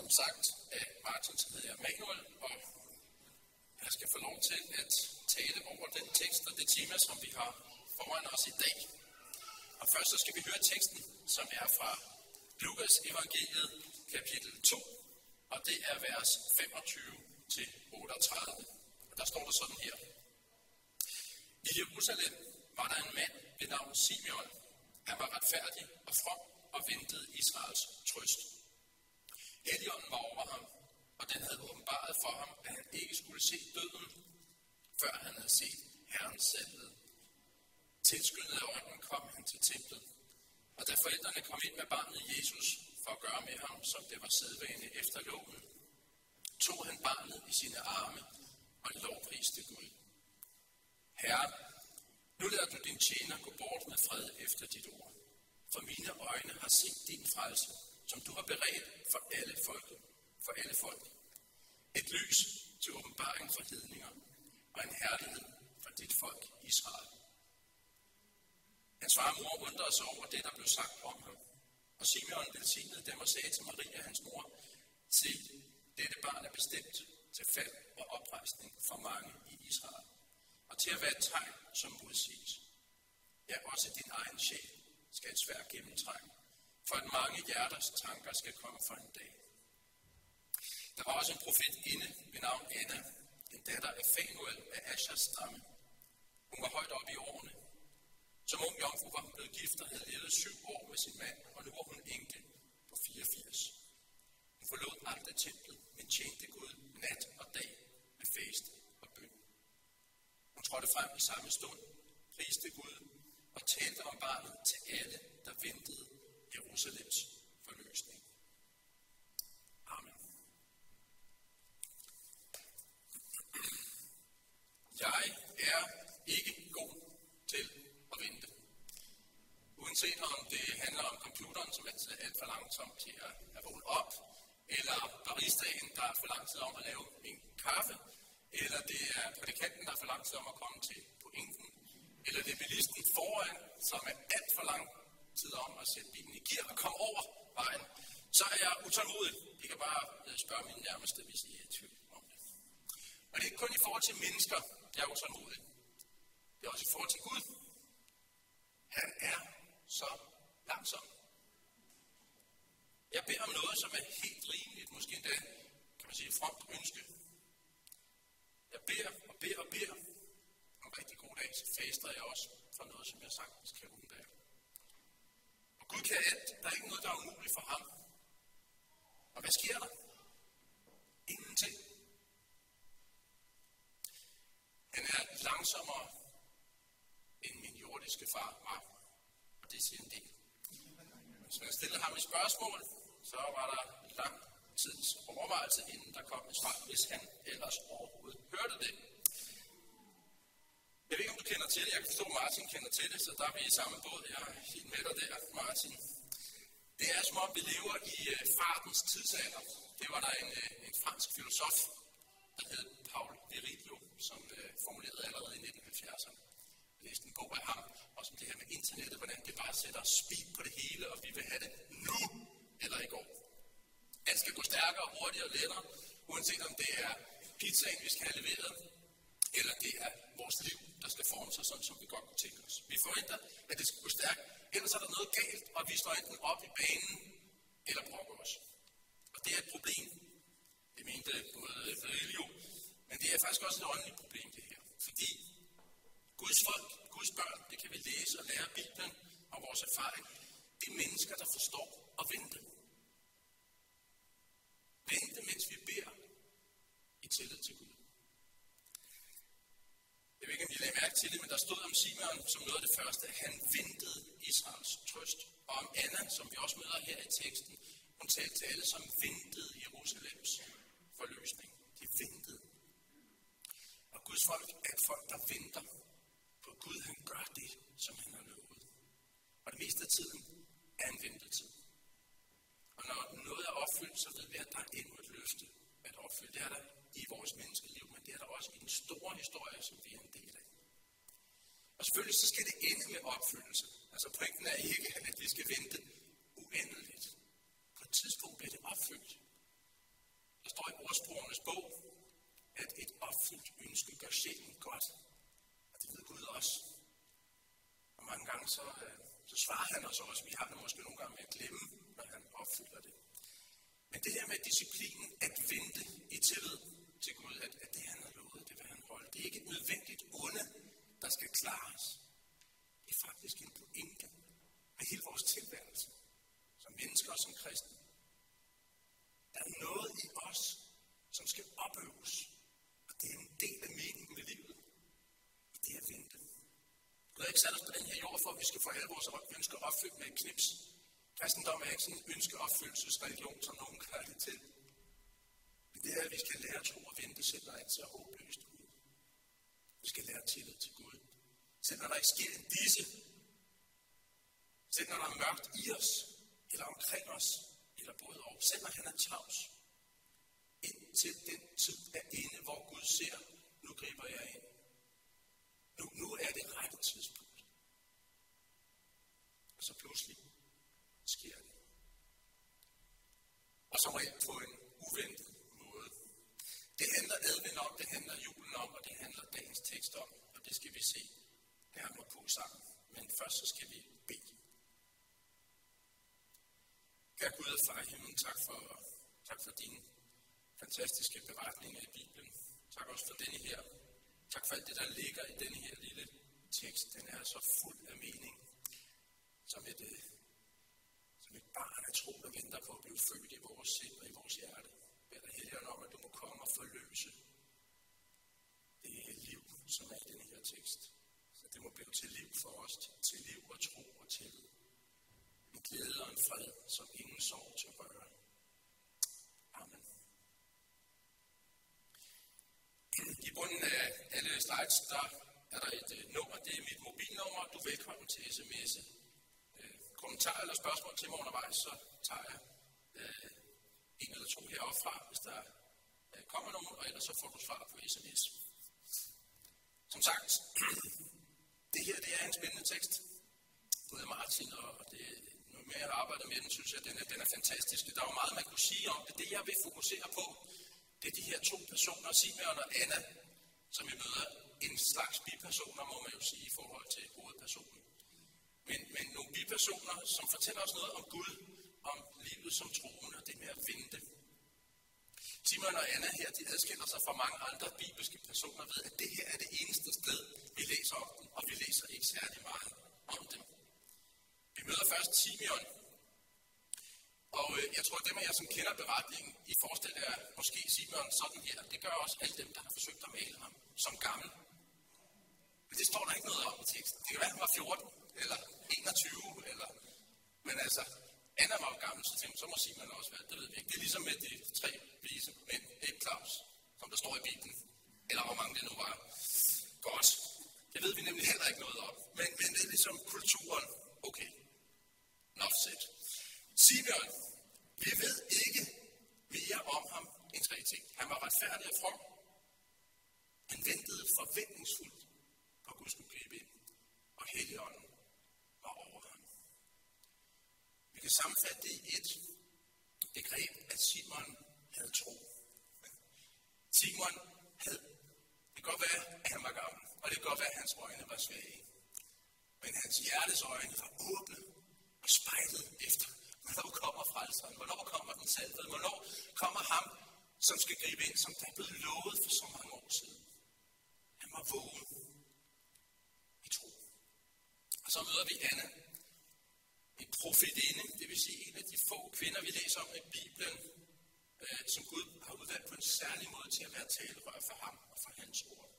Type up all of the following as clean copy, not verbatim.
som sagt af Martin, som hedder Manuel, og jeg skal få lov til at tale over den tekst og det tema, som vi har foran os i dag. Og først så skal vi høre teksten, som er fra Lukas evangeliet, kapitel 2, og det er vers 25-38. Og der står der sådan her. I Jerusalem var der en mand ved navn Simeon. Han var retfærdig og from og ventede Israels trøst. Helligånden var over ham, og den havde åbenbaret for ham, at han ikke skulle se døden, før han havde set Herrens salvede. Tilskyndet af ånden kom han til templet, og da forældrene kom ind med barnet Jesus for at gøre med ham, som det var sædvane efter loven, tog han barnet i sine arme og lovpriste Gud. Herre, nu lader du din tjener gå bort med fred efter dit ord, for mine øjne har set din frelse, som du har beredt for alle folk. Et lys til åbenbaring for hedninger, og en herlighed for dit folk Israel. Hans far og mor undrede sig over det, der blev sagt om ham, og Simeon velsignede dem og sagde til Maria, hans mor, se, dette barn er bestemt til fald og oprejsning for mange i Israel, og til at være et tegn, som modsiges. Ja, også din egen sjæl skal et sværd gennemtrænge, for at mange hjerters tanker skal komme for en dag. Der var også en profetinde ved navn Anna, en datter af Fanuel af Ashers stamme. Hun var højt oppe i årene. Som ung jomfru var hun blevet gift og havde levet 7 år med sin mand, og nu var hun enke på 84. Hun forlod aldrig templet, men tjente Gud nat og dag med faste og bøn. Hun trådte frem i samme stund, priste Gud og talte om barnet til alle, der ventede Jerusalems forløsning. Amen. Jeg er ikke god til at vente. Uanset om det handler om computeren, som altid er alt for langsom til at vågne op, eller baristaen, der er for lang tid om at lave en kaffe, eller det er prædikanten, der er for lang tid om at komme til pointen, eller det er bilisten foran, som er alt for lang tid om at sætte bilen i gear og komme over vejen, så er jeg utålmodig. I kan bare spørge mine nærmeste, hvis I er i tvivl om det. Og det er ikke kun i forhold til mennesker, jeg er utålmodig. Det er også i forhold til Gud. Han er så langsom. Jeg beder om noget, som er helt rimeligt, måske endda, kan man sige, fromt ønske. Jeg beder og beder og beder. En rigtig god dag, så faster jeg også for noget, som jeg sagtens kan undvære. Og Gud kan alt. Der er ikke noget, der er umuligt for ham. Og hvad sker der? Ingenting. Han er langsommere end min jordiske far var. Og det siger en del. Hvis man stillede ham et spørgsmål, så var der lang tids overvejelse, inden der kom et svar, hvis han ellers overhovedet hørte det. Jeg ved ikke, om du kender til det. Jeg kan forstå, at Martin kender til det, så der er vi i samme båd. Jeg er helt med dig der, Martin. Det er som om, vi lever i fartens tidsalder. Det var der en fransk filosof, der hed Paul Virilio, som formulerede allerede i 1970'erne. Jeg læste en bog af ham, og som det her med internettet, hvordan det bare sætter speed på det hele, og vi vil have det nu eller i går. Alt skal gå stærkere, hurtigere og lettere, uanset om det er pizzaen, vi skal have leveret, eller det er vores liv, der skal forme sig sådan, som vi godt kunne tænke os. Vi forventer, at det skal gå stærkt, ellers er der noget galt, og vi står enten op i banen, eller brokker os. Og det er et problem. Det mente både Virilio, men det er faktisk også et åndeligt problem, det her. Fordi Guds folk, Guds børn, det kan vi læse og lære Bibelen og vores erfaring. Det er mennesker, der forstår at vente. Vente, mens vi beder i tillid til Gud. Jeg ved ikke, om I lagde mærke til det, men der stod om Simeon som noget af det første, at han ventede Israels trøst. Og om Anna, som vi også møder her i teksten, hun talte til alle, som ventede Jerusalems forløsning. De ventede. Og Guds folk er et folk, der venter på Gud. Han gør det, som han har lovet. Og det meste af tiden er en ventetid. Og når noget er opfyldt, så ved vi, at der er endnu et løfte at opfylde. Det er der i vores menneskeliv, men det er der også i den store historie, som vi er en del af. Og selvfølgelig så skal det ende med opfyldelse. Altså pointen er ikke, at vi skal vente uendeligt. På et tidspunkt bliver det opfyldt. os også. Vi har det måske nogle gange med at glemme, når han opfylder det. Men det her med disciplinen, at vente i tillid til Gud, at det han har lovet, det vil han holde. Det er ikke et nødvendigt onde, der skal klares. Det er faktisk en pointe med hele vores tilværelse, som mennesker og som kristne. Der er noget i os, som skal opøves, og det er en del af meningen med livet. Det er at vente. Gud har ikke sat os på den her jord for, at vi skal få alle vores ønsker opfyldt med et knips. Kristendom er ikke sådan en ønskeopfyldelsesreligion, som nogen gør det til. Men det er, at vi skal lære at tro og vente, selv når alt ser håbløst ud. Vi skal lære tillid til Gud. Selv når der ikke sker en disse. Selv når der er mørkt i os, eller omkring os, eller både og. Selv når han er tavs. Indtil den tid er inde, hvor Gud ser, nu griber jeg ind. Nu er det rette tidspunkt. Og så pludselig sker det. Og som regel på en uventet måde. Det handler advent om, det handler julen om, og det handler dagens tekst om. Og det skal vi se nærmere på sammen. Men først så skal vi bede. Kære Gud og far i himlen, tak for dine fantastiske beretninger i Bibelen. Tak også for denne her. Tak for alt det, der ligger i denne her lille tekst. Den er så fuld af mening. Som et barn af tro, der venter på at blive født i vores sind og i vores hjerte. Bed dig Helligånd om, at du må komme og forløse det liv, som er i denne her tekst. Så det må blive til liv for os, til liv og tro og tillid. En glæde og en fred, som ingen sorg til at røre. Amen. I bunden af alle slides, der er der et nummer. Det er mit mobilnummer. Du er velkommen til sms'e. Kommentarer eller spørgsmål til mig undervejs, så tager jeg en eller to heroppe fra, hvis der kommer nogen, og ellers så får du svar på sms. Som sagt, det her det er en spændende tekst. Både Martin og det nu mere jeg arbejder med den, synes jeg, den er fantastisk. Der er jo meget, man kunne sige om det. Det jeg vil fokusere på, det er de her to personer, Simeon og Anna, som vi møder en slags bipersoner, må man jo sige, i forhold til hovedpersonen. Men nogle bipersoner, som fortæller os noget om Gud, om livet som troende, og det med at vente. Simeon og Anna her, de adskiller sig fra mange andre bibelske personer ved, at det her er det eneste sted, vi læser om dem, og vi læser ikke særlig meget om dem. Vi møder først Simeon, og jeg tror, at dem af jer, som kender beretningen, I forestiller jer måske Simeon sådan her. Det gør også alle dem, der har forsøgt at male ham som gammel. Men det står der ikke noget om i teksten. Det kan være, at han var 14, eller 21, eller... Men altså, Anna var jo gammel, så tænkte så må Simeon også være, det ved vi ikke. Det er ligesom med de 3 vise mænd, ikke Claus, som der står i Bibelen. Eller hvor mange det nu var. Godt. Det ved vi nemlig heller ikke noget om. Men det er ligesom kulturen. Okay. Enough said. Simeon, vi ved ikke mere om ham end 3 ting. Han var retfærdig og from. Han ventede forventningsfuldt på at Gud skulle gribe ind. Og Helligånden var over ham. Vi kan sammenfatte det i et begreb, at Simon havde tro. Simon havde, det kan godt være, at han var gammel, og det kan godt være, at hans øjne var svage. Men hans hjertes øjne var åbne og spejlede efter, hvornår kommer frelseren, hvornår kommer den salvede, hvornår kommer ham, som skal gribe ind, som der er blevet lovet for så mange år siden. Han var vågen i tro. Og så møder vi Anna, en profetinde, det vil sige en af de få kvinder, vi læser om i Bibelen, som Gud har udvalgt på en særlig måde til at være talerør for ham og for hans ord.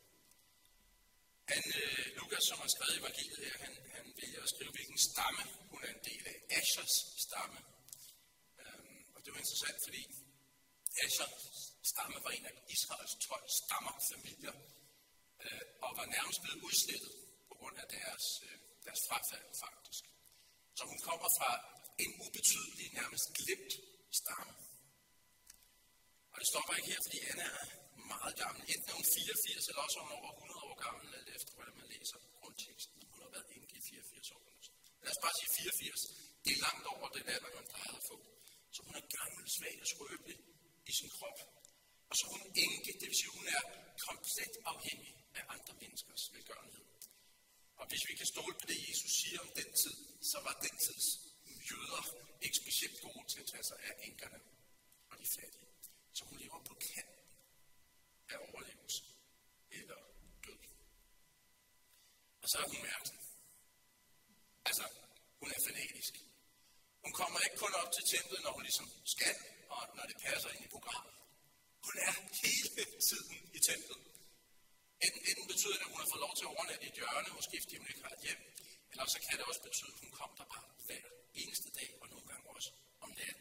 Lukas, som har skrevet evangeliet her, han vælger at skrive, hvilken stamme hun er en del af. Ashers stamme. Og det var interessant, fordi Ashers stamme var en af Israels 12 stammerfamilier, og var nærmest blevet udslettet på grund af deres frafald faktisk. Så hun kommer fra en ubetydelig, nærmest glemt stamme. Og det stopper ikke her, fordi Anna er meget gammel. Enten er hun 84, eller også er hun over 100 år gammel, alt efter hvordan man læser grundteksten. Hun har været enke i 84 år. Lad os bare sige 84. Det er langt over den alder, man plejer at få. Så hun er gammel, svag og skrøbelig i sin krop. Og så er hun enke, det vil sige, at hun er komplet afhængig af andre menneskers velgørenhed. Og hvis vi kan stole på det, Jesus siger om den tid, så var den tids jøder ikke specielt gode til at tage sig af enkerne og de fattige. Så hun lever på kanten af overlevelse eller død. Og så er hun mærkelig. Altså, hun er fanatisk. Hun kommer ikke kun op til templet, når hun ligesom skal, og når det passer ind i programmet. Hun er hele tiden i templet. Enten betyder det, at hun har fået lov til at overnatte i et hjørne, måske fordi hun ikke har et hjem. Eller så kan det også betyde, at hun kommer der bare hver eneste dag, og nogle gange også om natten.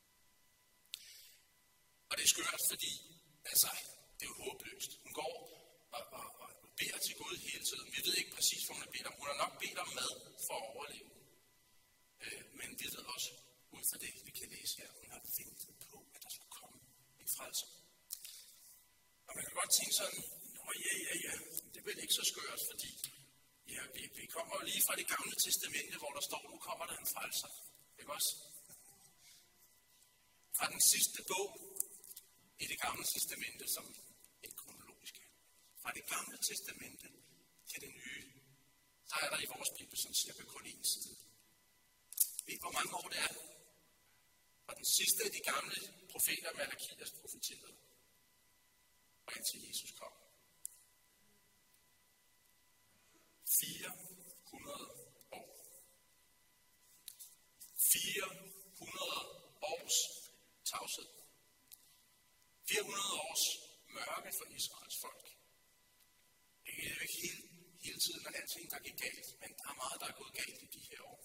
Og det er skørt, fordi altså, det er jo håbløst. Hun går og beder til Gud hele tiden. Vi ved ikke præcis, hvad hun har bedt om. Hun har nok bedt om mad for at overleve. Men vi ved også, ud fra det, vi kan læse her, hun har ventet på, at der skulle komme en frelser. Og man kan godt tænke sådan, ja, det bliver ikke så skørt, fordi ja, vi kommer jo lige fra det gamle testamente, hvor der står, nu kommer der en frelser. Ikke også? Fra den sidste bog i det gamle testamente, som en kronologisk er. Fra det gamle testamente til det nye, så er der i vores bibel sådan cirka kun en side. Ved I, hvor mange år det er? Fra den sidste af de gamle profeter, Malakias profeterede, og indtil Jesus kom. 400 år. 400 års tavshed. 400 års mørke for Israels folk. Det er jo ikke hele tiden, at alting der gik galt, men der er meget, der er gået galt i de her år.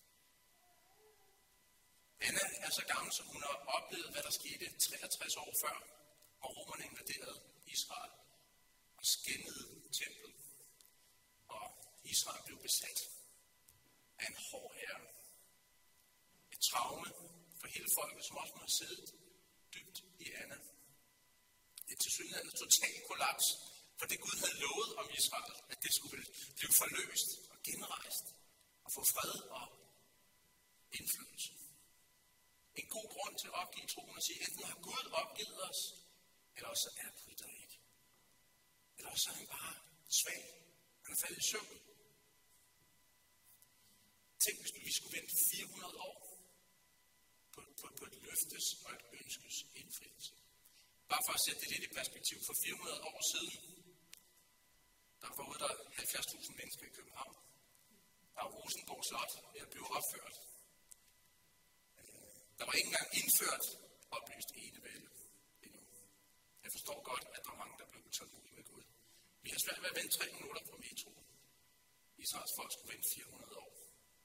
Anna er så gammel, som hun har oplevet, hvad der skete 63 år før, og romerne invaderede Israel og skændede templet. Og Israel blev besat af en hård herre. Et traume for hele folket, som også må have siddet dybt i Anna. Et tilsyneladende totalt kollaps, for det Gud havde lovet om Israel, at det skulle blive forløst og genrejst og få fred og indflydelse. En god grund til at opgive troen og sige, enten har Gud opgivet os, eller også er Gud der ikke. Eller også er han bare svag. Han er faldet i søvn. Tænk, hvis vi skulle vente 400 år på et løftes og et ønskes indfrielse. Bare for at sætte det lidt i perspektiv. For 400 år siden, der var der 70.000 mennesker i København. Der var Rosenborg Slot ved at blive opført. Der var ikke engang indført oplyst enevælde endnu. Jeg forstår godt, at der er mange, der blev utålmodige med Gud. Vi har svært ved at vente 3 minutter på metroen. Israels folk skulle vente 400 år.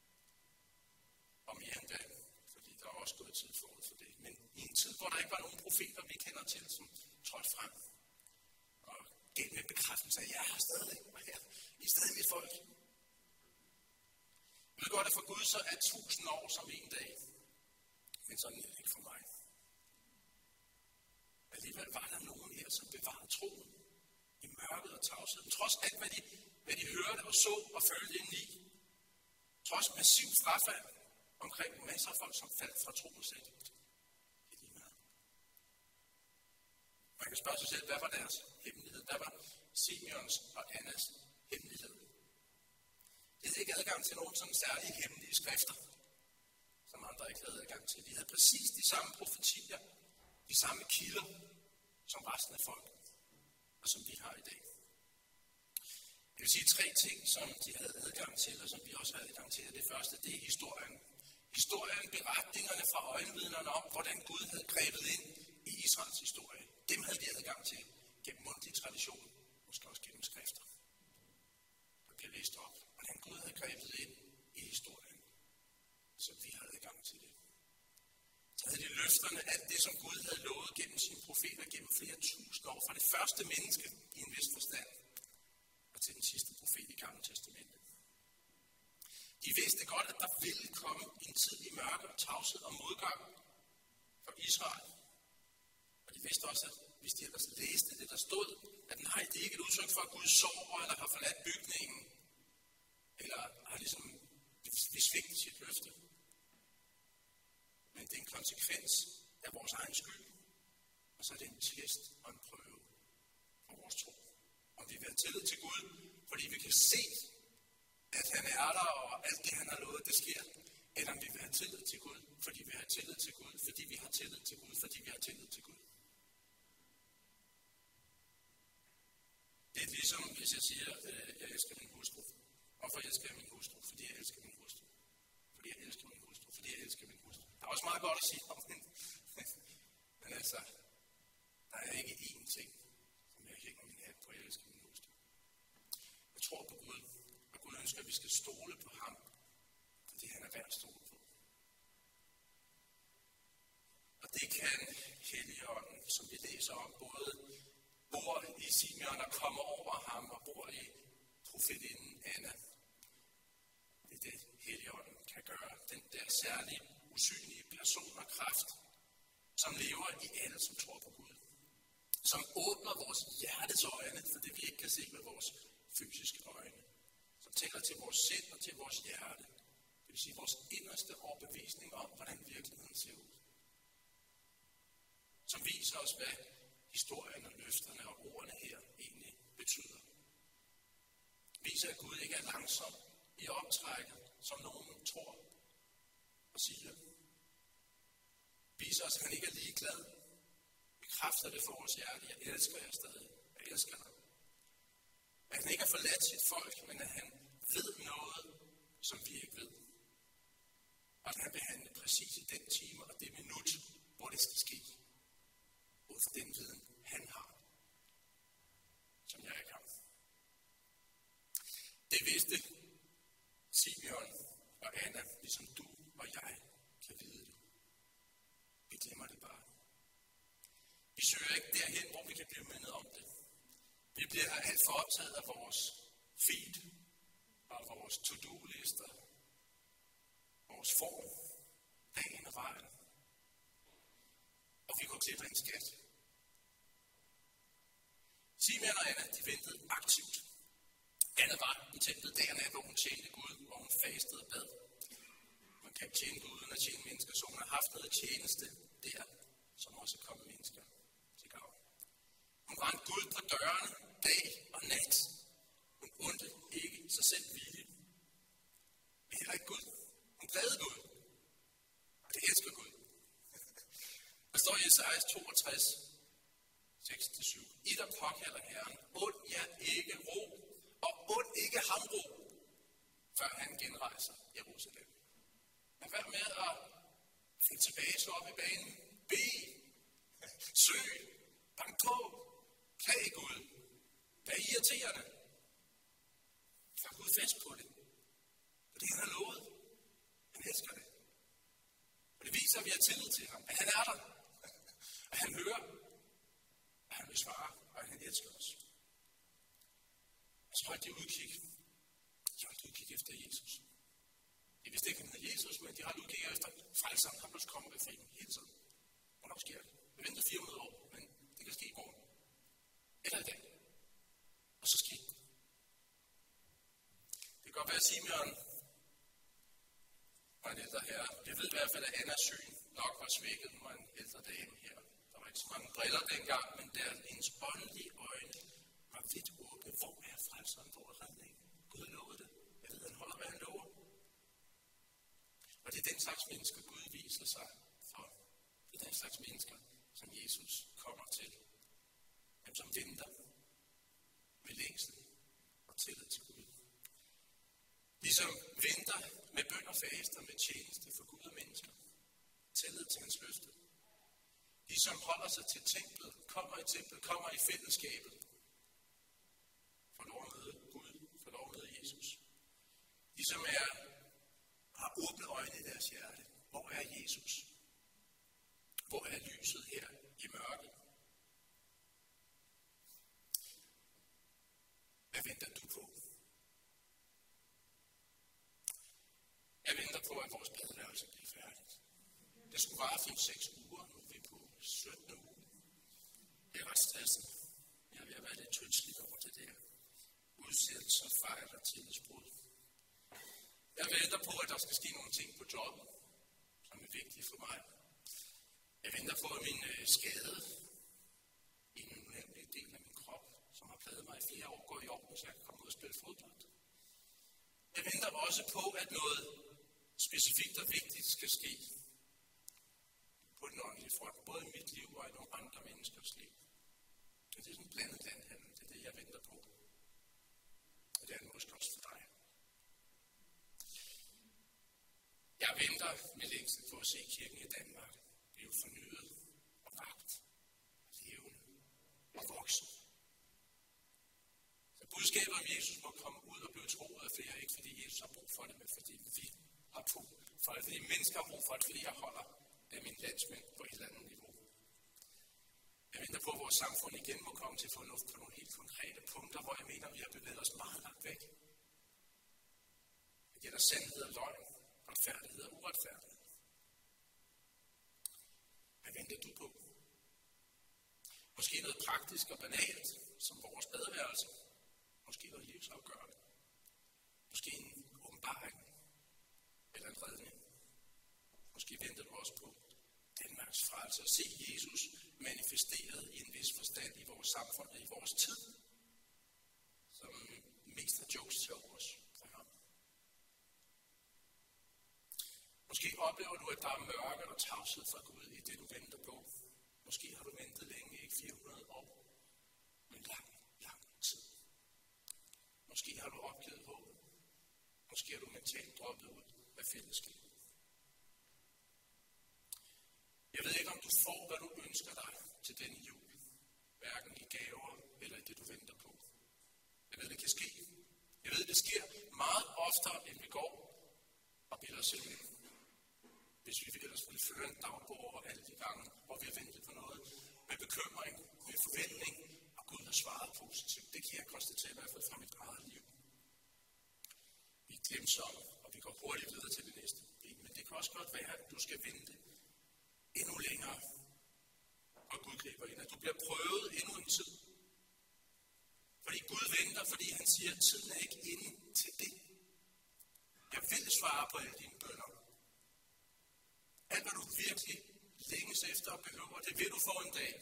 Og mere end det, fordi der er også gået tid forud for det. Men i en tid, hvor der ikke var nogen profeter, vi kender til, som trådte frem og gav med bekræftelse af, jeg er stadig her. I er stadig mit folk. Jeg ved godt, at for Gud så er 1000 år som en dag. Men sådan er det ikke for mig. Alligevel var der nogen her, som bevarede troen i mørket og tavsheden. Trods alt, hvad de hørte og så og følte indeni. Trods massiv frafald omkring masser af folk, som faldt fra troen selv. Man kan spørge sig selv, hvad var deres hemmelighed? Hvad var Simeons og Annas hemmelighed? De havde ikke adgang til nogen sådan særlige hemmelige skrifter, som andre ikke havde adgang til. De havde præcis de samme profetier, de samme kilder, som resten af folket, og som vi har i dag. Jeg vil sige 3 ting, som de havde adgang til, og som vi også havde adgang til. Det første, det er historien. Historien, beretningerne fra øjenvidnerne om, hvordan Gud havde grebet ind i Israels historie. Dem havde de adgang til gennem mundtlig tradition, måske også gennem skrifter. Der bliver læst op, hvordan Gud havde grebet ind i historien, så vi havde adgang til det. Så havde de løfterne, alt det, som Gud havde lovet gennem sine profeter gennem flere tusind år, fra det første menneske i en vis forstand, og til den sidste profet i Gamle Testamentet. De vidste godt, at der ville komme en tid i mørke og tavshed og modgang for Israel. Og de vidste også, at hvis de ellers læste det, der stod, at nej, det er ikke et udtryk for, at Gud sover eller har forladt bygningen, eller har ligesom svigtet sit løfte. Men det er en konsekvens af vores egen skyld, og så er det en test og en prøve for vores tro. Om vi vil have tillid til Gud, fordi vi kan se, at han er der, og alt det, han har lovet, det sker, eller om vi vil have tillid til Gud, fordi vi har tillid til Gud, fordi vi har tillid til Gud, fordi vi har tillid til Gud. Det er ligesom, hvis jeg siger, at jeg elsker min hustru. Hvorfor elsker jeg min hustru? Fordi jeg elsker min hustru. Fordi jeg elsker min hustru. Fordi jeg elsker min hustru. Der er også meget godt at sige om hende. Men altså, der er ikke én ting, som jeg hænger min hat på, at jeg elsker min hustru. Jeg tror på Gud, og Gud ønsker, at vi skal stole på ham, fordi han er værd at stole på. Og det kan Helligånden, som vi læser om, både bor i Simeon og kommer over ham og bor i profetinden Anna. Det er det, Helligånden kan gøre. Den der særlige, usynlige person og kraft, som lever i alle, som tror på Gud. Som åbner vores hjertes øjne, for det vi ikke kan se med vores fysiske øjne. Som taler til vores sind og til vores hjerte. Det vil sige vores inderste overbevisning om, hvordan virkeligheden ser ud. Som viser os, hvad historien og løfterne og ordene her egentlig betyder. Viser, at Gud ikke er langsom i optrækket, som nogen tror og siger. Viser os, at han ikke er ligeglad. Bekræfter det for vores hjerte. Jeg elsker jer stadig. Jeg elsker dig. At han ikke har forladt sit folk, men at han ved noget, som vi ikke ved. Og at han vil handle præcis i den time og det minut, hvor det skal ske. Ud fra den viden, han har, som jeg ikke har. Det vidste Simeon og Anna, ligesom du og jeg kan vide det. Vi glemmer det bare. Vi søger ikke derhen, hvor vi kan blive mindet om det. Vi bliver alt for optaget af vores feed og vores to-do-lister, vores form, dagen og vejen. Og vi går til en skat. Simeon og Anna, de ventede aktivt. Anna var i templet dag og nat, hvor hun tjente Gud, hvor hun fastede og bad. Man kan tjene Gud uden at tjene mennesker, så hun har haft noget tjeneste der, som også er kommet mennesker til gavn. Hun var en Gud på dørene, dag og nat. Hun undte ikke sig selv vilje. Men heller ikke Gud. Hun glædede Gud. Og det elsker Gud. Der står i Esajas 62, 6-7. I der påkalder Herren, und jer ikke ro, og und ikke ham ro, før han genrejser Jerusalem. Men vær med at finde tilbage, slå op i banen, bed, søg, bank på, klag Gud, vær irriterende. Før Gud fast på det. For det han har lovet. Han elsker det. Og det viser, at vi har tillid til ham, at han er der. At han hører, at han vil svare, og at han elsker os. Og så holdt de udkig. De holdt udkig efter Jesus. De vidste ikke, han hed Jesus, men de holdt udkig efter frelseren, han blev kommet ved fri hele tiden. Hvornår sker det? Vi venter 400 år, men det kan ske i morgen. Eller i dag. Og så sker det. Det kan godt være, at Simeon var en ældre herre. Jeg ved i hvert fald, at Annas syn nok var svækket. Hun var en ældre dame her. Der var ikke så mange briller dengang, men der hendes åndelige øjne var vidt åbne. Hvor er frelseren? Hvor er redningen? Gud har lovet det. Jeg ved, han holder, hvad han lover. Og det er den slags mennesker, Gud viser sig for. Det er den slags mennesker, som Jesus kommer til. Dem, som venter med længsel og tillid til Gud. Ligesom venter med bøn og faster med tjeneste for Gud og mennesker. Tillid til hans løfte. De som holder sig til templet, kommer i fællesskabet. For lov at møde Gud, for lov at møde Jesus. De som har åbne øjne i deres hjerte. Hvor er Jesus? Hvor er lyset her i mørket? Hvad venter du på? Jeg venter på, at vores badeværelse bliver færdigt. Det skulle vare 5-6 uger, nu er vi på 17. uge. Jeg er ret stresset. Jeg vil have været lidt tyndsligt over det der. Udsættelser, fejl og tillidsbrud. Jeg venter på, at der skal ske nogle ting på jobbet, som er vigtige for mig. Jeg venter på, at min skade i en unemlig del af min krop, som har plaget mig i 4 år, går i orden, så jeg kan komme ud og spille fodbold. Jeg venter også på, at noget specifikt og vigtigt skal ske på den åndelige front, både i mit liv og i nogle andre menneskers liv. Det er sådan en blandet landhandel, det er det, jeg venter på. Og det er måske også for dig. Jeg venter med længsel på at se kirken i Danmark blive fornyet og vagt, levende og voksen. Så budskabet om Jesus må komme ud og blive troet af flere, ikke fordi Jesus har brug for det, men fordi vi har brug for det, fordi mennesker har brug for det, fordi jeg holder af mine landsmænd på et eller andet niveau. Jeg venter på, at vores samfund igen må komme til fornuft på nogle helt konkrete punkter, hvor jeg mener, at vi har bevæget os meget langt væk. Det gælder sandhed og løgn, retfærdighed og uretfærdighed. Hvad venter du på? Måske noget praktisk og banalt, som vores badeværelse. Måske noget livsafgørende. Måske en åbenbaring eller en redning. Måske venter du også på Danmarks frelse at se Jesus manifesteret i en vis forstand i vores samfund og i vores tid, som mest er jokes til os for ham. Måske oplever du, at der er mørke og tavshed fra Gud i det, du venter på. Måske har du ventet længe, ikke 400 år, men lang tid. Måske har du opgivet håbet. Måske har du mentalt droppet ud af fællesskabet. Jeg ved ikke, om du får, hvad du ønsker dig til denne jul. Hverken i gaver eller i det, du venter på. Jeg ved, det kan ske. Jeg ved, det sker meget oftere, end vi går og bilder os selv. Hvis vi ellers ville føre en dagbog over alle de gange, hvor vi har ventet på noget. Med bekymring, med forventning, og Gud har svaret positivt. Det kan jeg konstatere i hvert fald fra mit eget liv. Vi er glemsomme, og vi går hurtigt videre til det næste. Men det kan også godt være, at du skal vente endnu længere, og Gud griber ind, at du bliver prøvet endnu en tid. Fordi Gud venter, fordi han siger, at tiden er ikke inde til det. Jeg vil svare på alle dine bønner. Alt, hvad du virkelig længes efter og behøver, det vil du få en dag.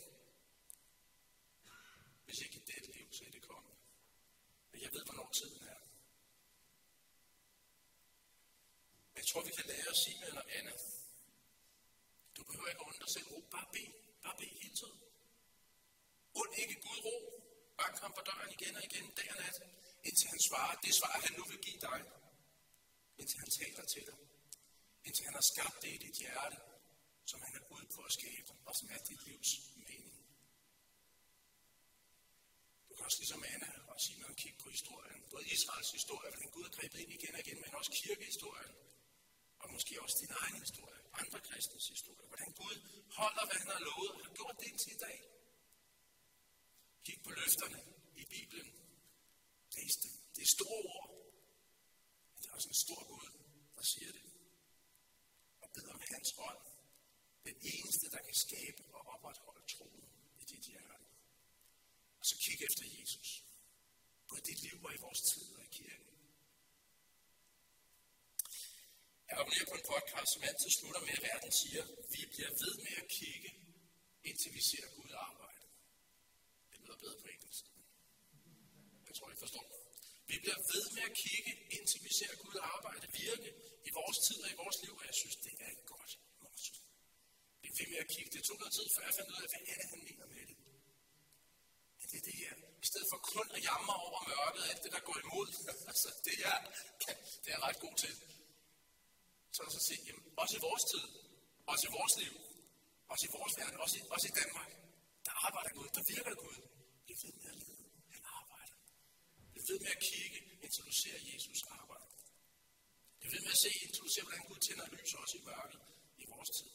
Hvis ikke i dette liv, så er det kommet. Men jeg ved, hvornår tiden er. Men jeg tror, vi kan lære at sige med noget andet. Du behøver ikke at undre dig selv ro. Bare bed hele tiden. Und ikke Gud ro. Bank ham på døren igen og igen, dag og nat. Indtil han svarer det svar, han nu vil give dig. Indtil han taler til dig. Indtil han har skabt det i dit hjerte, som han er ude på at skabe, og som er dit livs mening. Du kan også ligesom Anna og Simon kigge på historien. Både Israels historie, hvordan Gud har grebet ind igen og igen, men også kirkehistorien. Og måske også din egen historie, andre kristnes historie. Hvordan Gud holder, hvad han har lovet, og har gjort det indtil i dag. Kig på løfterne i Bibelen. Læs dem. Det er store ord. Men det er også en stor Gud, der siger det. Og bed om hans ånd. Den eneste, der kan skabe og opretholde troen i dit hjerte. Og så kig efter Jesus. Både dit liv og i vores tid og i kirken. Jeg abonnerer på en podcast, som altid slutter med, at verden siger, at vi bliver ved med at kigge, indtil vi ser Gud arbejde. Det lyder bedre på engelsk. Jeg tror, I forstår. Vi bliver ved med at kigge, indtil vi ser Gud arbejde virke i vores tid og i vores liv, og jeg synes, det er et godt motto. Vi er ved med at kigge. Det tog noget tid, før jeg fandt ud af, hvad er det, han mener med det. Men det er det her. I stedet for kun at jamre over mørket, alt det, der går imod, altså det er jeg ret god til. Så er der så set, jamen, også i vores tid, også i vores liv, også i vores verden, også i Danmark, der arbejder Gud, der virker Gud. Det er ved med at lede, han arbejder. Det er ved med at kigge, indtil du ser Jesus arbejde. Det er ved med at se, indtil du ser, hvordan Gud tænder lys også i mørket i vores tid.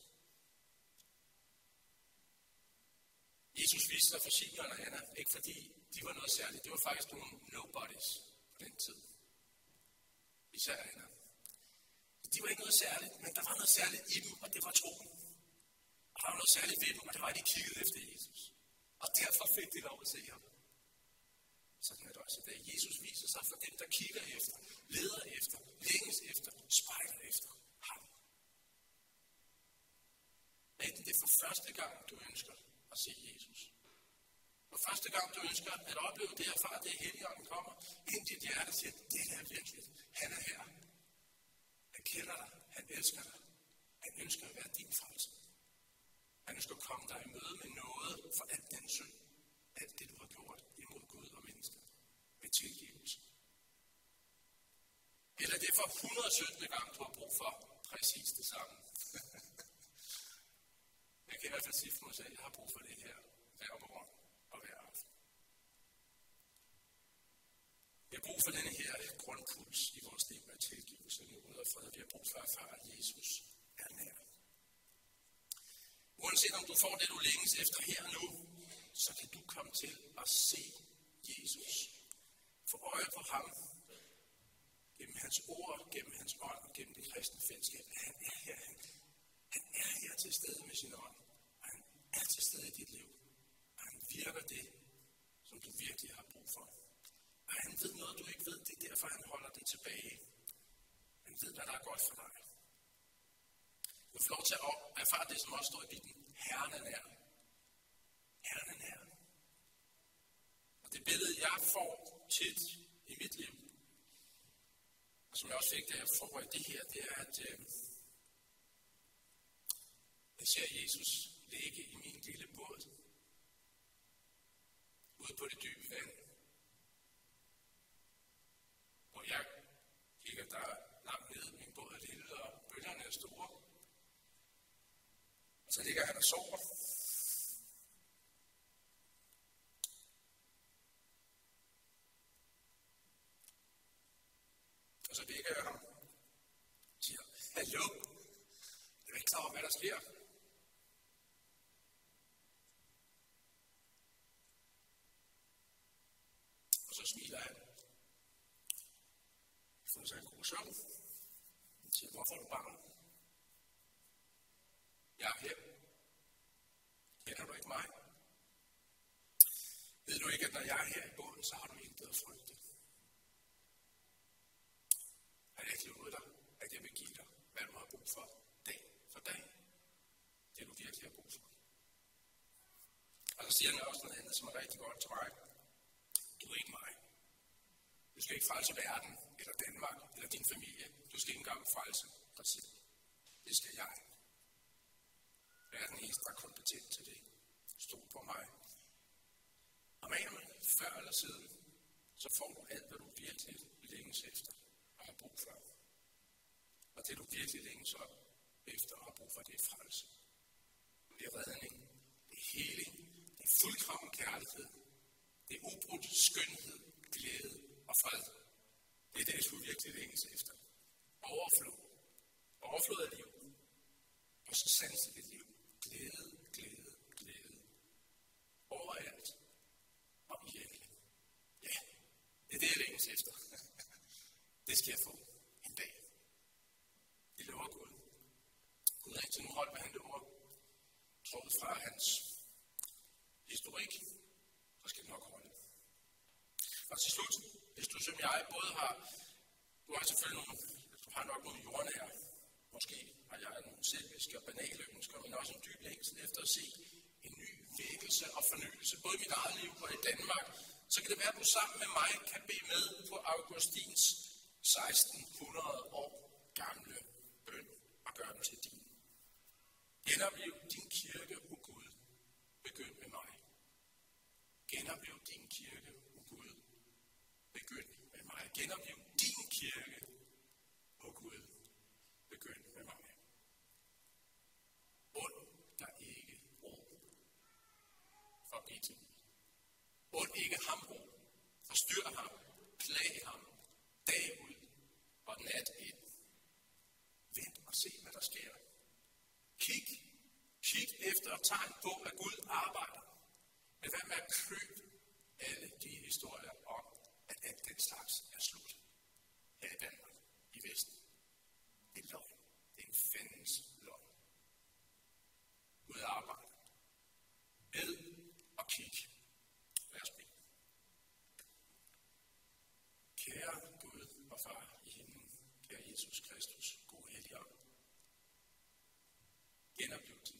Jesus viste sig for Simon og Anna, ikke fordi de var noget særligt. Det var faktisk nogle nobodies på den tid. Især Anna. De var ikke noget særligt, men der var noget særligt i dem, og det var troen. Og der var noget særligt ved dem, og det var, at de kiggede efter Jesus. Og derfor fik de lov at se ham. Sådan er det også i dag. Jesus viser sig for dem, der kigger efter, leder efter, længes efter, spejler efter ham. Enten det er for første gang, du ønsker at se Jesus. Og første gang du ønsker at opleve det her, far, det er Helligånden kommer ind i dit hjerte og siger, det er virkelig. Han er her. Han kender dig. Han elsker dig. Han ønsker at være din frelse. Han ønsker at komme dig i møde med noget for alt den synd. Alt det, du har gjort imod Gud og mennesker. Med tilgivelse. Eller det er for 117. gang, du har brug for præcis det samme. Jeg kan i hvert fald sige for mig selv, at jeg har brug for det her hver morgen og hver aften. Vi har brug for denne her grundpuls i vores liv af tilgivelse, mod og fred. Vi har brug for at erfare, at Jesus er nær. Uanset om du får det, du længes efter her og nu, så kan du komme til at se Jesus. Få øje på ham. Gennem hans ord, gennem hans ånd og gennem det kristne fællesskab. Han er her. Han er her til stede med sin ånd. Og han er til stede i dit liv. Og han virker det, som du virkelig har brug for. Og han ved noget, du ikke ved. Det er derfor, han holder det tilbage. Han ved, hvad der er godt for dig. Du får lov til at erfare det, som også står i Bibelen. Herren er nær. Herren er nær. Og det billede, jeg får tit i mit liv, og som jeg også fik, da jeg forberedte det her, det er, at jeg ser Jesus ligge i min lille båd. Ude på det dybe vand. Og jeg kigger der langt ned, min båd er lille, og bølgerne er store. Og så ligger han og sover. Og så vækker jeg ham. Siger, hallo? Jeg er ikke klar over, hvad der sker. Og så smiler han. Får sig en god søvn. Han siger, hvorfor er du bange? Jeg er her. Kender du ikke mig? Ved du ikke, at når jeg er her i båden, så har du intet at frygte? Har jeg ikke lovet dig, at jeg vil give dig, hvad du har brug for, dag for dag? Det du virkelig har brug for. Og så siger han også noget andet, som er rigtig godt til mig. Du er ikke mig. Du skal ikke frelse verden, eller Danmark, eller din familie. Du skal ikke engang frelse dig selv. Det skal jeg. Jeg er den eneste, der er kompetent til det. Stol på mig. Og mener man, før eller siden, så får du alt, hvad du virkelig længes efter og har brug for. Og det du virkelig længes op efter og har brug for, det er frelse. Det er redning. Det er heling. Det er fuldkommen kærlighed. Det er ubrudt skønhed, glæde og fred. Det er det, du virkelig længes efter. Overflod. Overflod af liv. Og så sanseligt liv. Glæde, glæde, glæde. Overalt. Og i alle. Ja, det er det, jeg længes efter. Det skal jeg få en dag. Det lover Gud. Gud har ikke til nu holdt, hvad han lover. Trådet fra hans historik, så skal det nok holde. Og til slut, hvis du som jeg både har, du har selvfølgelig nogle, du har nok nogle jordnære, måske har jeg nogle selviske og banale ønsker, men også en dyb længsel efter at se en ny vækkelse og fornyelse, både i mit eget liv og i Danmark, så kan det være, at du sammen med mig kan bede med på Augustins 1600 år gamle bøn og gøre den til din. Genopliv din kirke, o Gud. Begynd med mig. Genopliv din kirke, o Gud. Begynd med mig. Genopliv din kirke, o Gud. Begynd med mig. Und der ikke ro. Forbi til Gud. Und ikke ham ro. Forstyr ham. Plag ham. Dag ud og nat ind. Vent og se, hvad der sker. Kig efter tegn på, at Gud arbejder. Men hvad med at købe alle de historier om, at alt den slags er slut her i Danmark, i Vesten? Det er løgn. Det er en fandens løgn. Gud arbejder. Med og kig. Lad os bede. Kære Gud og Far i himlen, kære Jesus Kristus, gode Helligånd. Genopliv